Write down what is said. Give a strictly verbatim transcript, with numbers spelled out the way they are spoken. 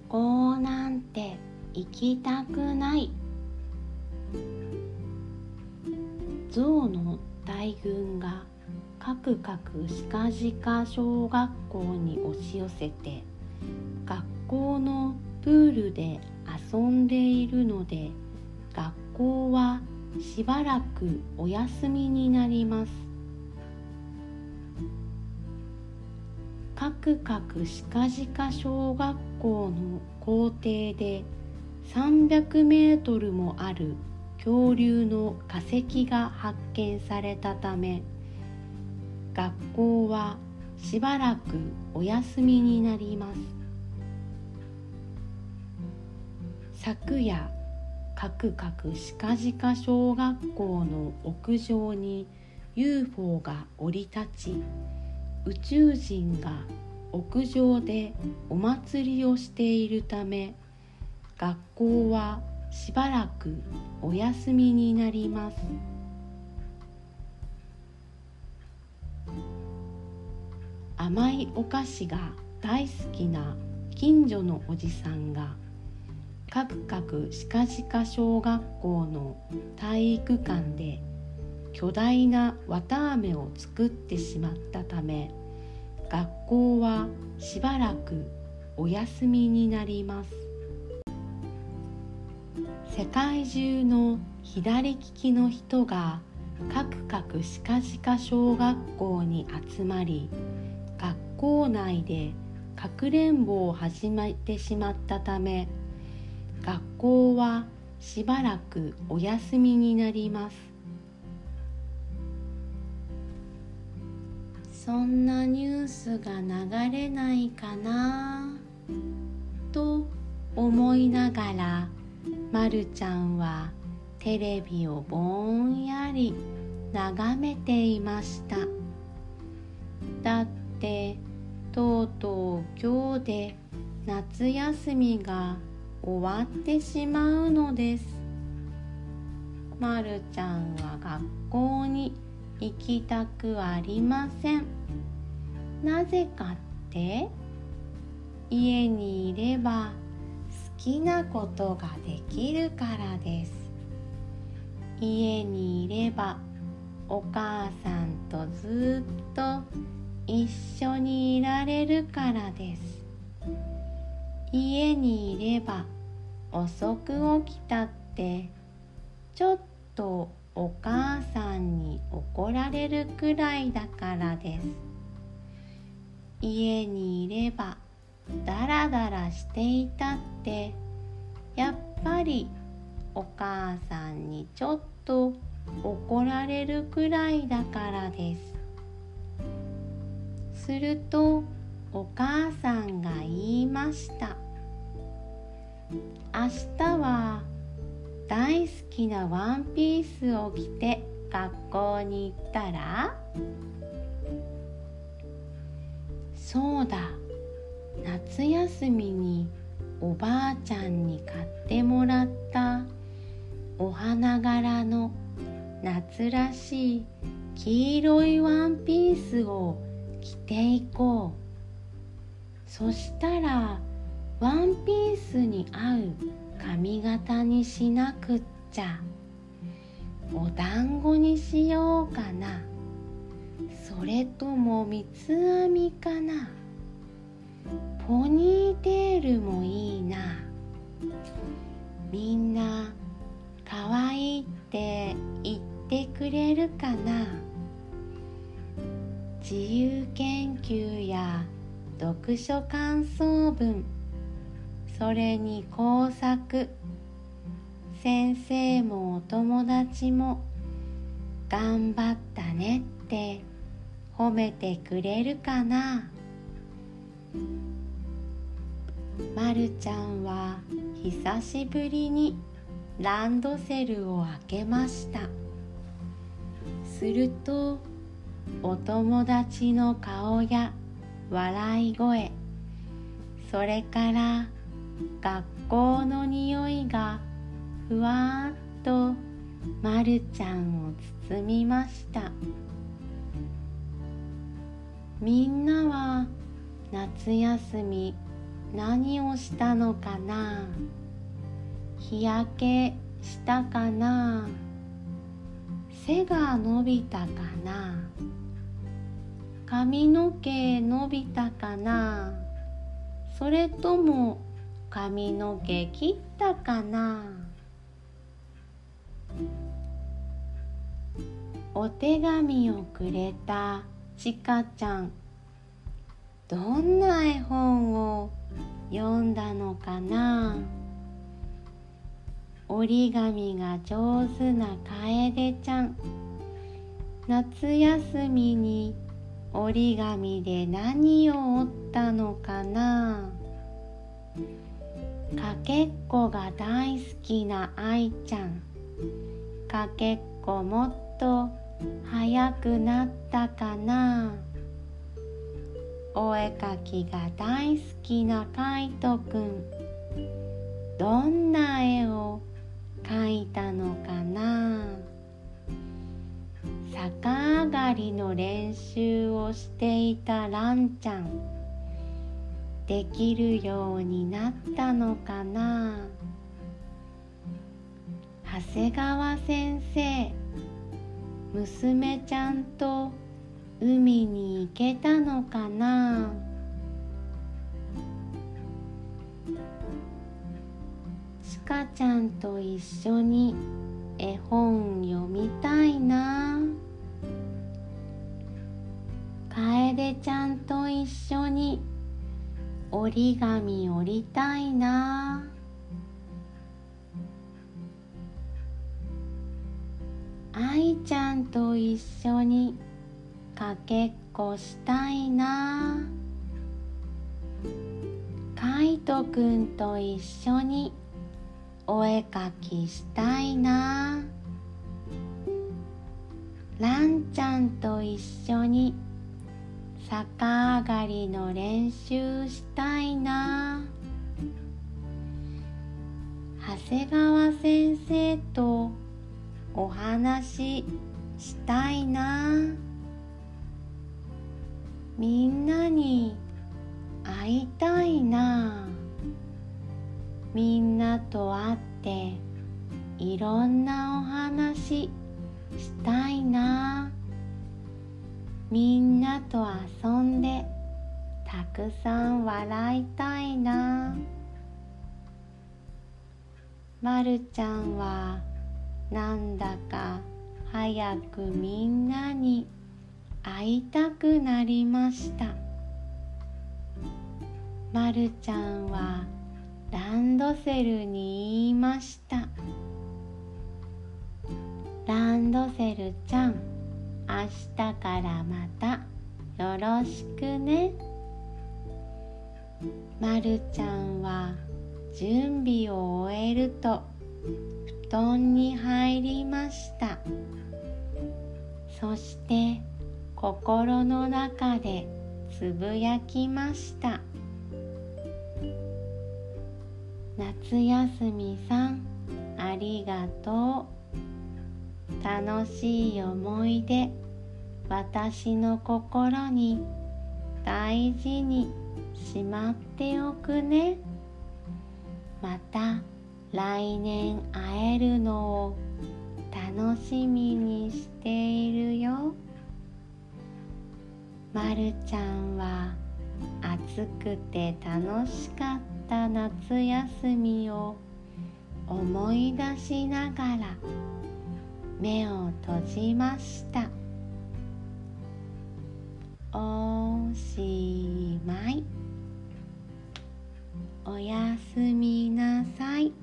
校なんて行きたくない。象の大群がかくかくしかじか小学校に押し寄せて、学校のプールで遊んでいるので、学校はしばらくお休みになります。かくかくしかじか小学校の校庭でさんびゃくメートルもある恐竜の化石が発見されたため、学校はしばらくお休みになります。昨夜、かくかくしかじか小学校の屋上に ユーフォー が降り立ち、宇宙人が屋上でお祭りをしているため、学校はしばらくお休みになります。甘いお菓子が大好きな近所のおじさんが、かくかくしかじか小学校の体育館で巨大な綿あめを作ってしまったため、学校はしばらくお休みになります。世界中の左利きの人がかくかくしかじか小学校に集まり、学校内でかくれんぼを始めてしまったため、学校はしばらくお休みになります。そんなニュースが流れないかなと思いながら、まるちゃんはテレビをぼんやり眺めていました。だってとうとう今日で夏休みが終わってしまうのです。まるちゃんは学校に行きたくありません。なぜかって、家にいれば好きなことができるからです。家にいればお母さんとずっと一緒にいられるからです。家にいれば遅く起きたってちょっとお母さんに怒られるくらいだからです。家にいればダラダラしていたってやっぱりお母さんにちょっと怒られるくらいだからです。するとお母さんが言いました。明日は大好きなワンピースを着て学校に行ったら？そうだ、夏休みにおばあちゃんに買ってもらったお花柄の夏らしい黄色いワンピースを着ていこう。そしたらワンピースに合う髪型にしなくっちゃ。お団子にしようかな。それとも三つ編みかな。ポニーテールもいいな。みんなかわいいって言ってくれるかな。自由研究や読書感想文、それに工作、先生もお友達も頑張ったねって褒めてくれるかな。まるちゃんは久しぶりにランドセルを開けました。するとお友達の顔や笑い声、それから学校の匂いがふわーっとまるちゃんを包みました。みんなは夏休み何をしたのかな。日焼けしたかな。背が伸びたかな。髪の毛伸びたかな。それとも髪の毛切ったかな。お手紙をくれたちかちゃん、どんな絵本を読んだのかな。折り紙が上手なかえでちゃん、夏休みに折り紙で何を折ったのかな。かけっこが大好きなあいちゃん、かけっこもっと早くなったかな。お絵かきが大好きなかいとくん、どんな絵を描いたのかな。逆上がりの練習をしていたらんちゃん、できるようになったのかな。長谷川先生、娘ちゃんと海に行けたのかな。ちかちゃんと一緒に絵本読みたいな。かえでちゃんと一緒に折り紙折りたいな。あいちゃんと一緒にかけっこしたいな。かいとくんと一緒にお絵かきしたいな。らんちゃんと一緒に逆上がりの練習したいな。長谷川先生とお話したいな。みんなに会いたいな。みんなと会っていろんなお話したいな。みんなと遊んでたくさん笑いたいな。まるちゃんはなんだか早くみんなに会いたくなりました。まるちゃんはランドセルに言いました。ランドセルちゃん、明日からまたよろしくね。まるちゃんは準備を終えると布団に入りました。そして心の中でつぶやきました。夏休みさん、ありがとう。楽しい思い出、私の心に大事にしまっておくね。また来年会えるのを楽しみにしているよ。まるちゃんは暑くて楽しかった夏休みを思い出しながら目を閉じました。おしまい。おやすみなさい。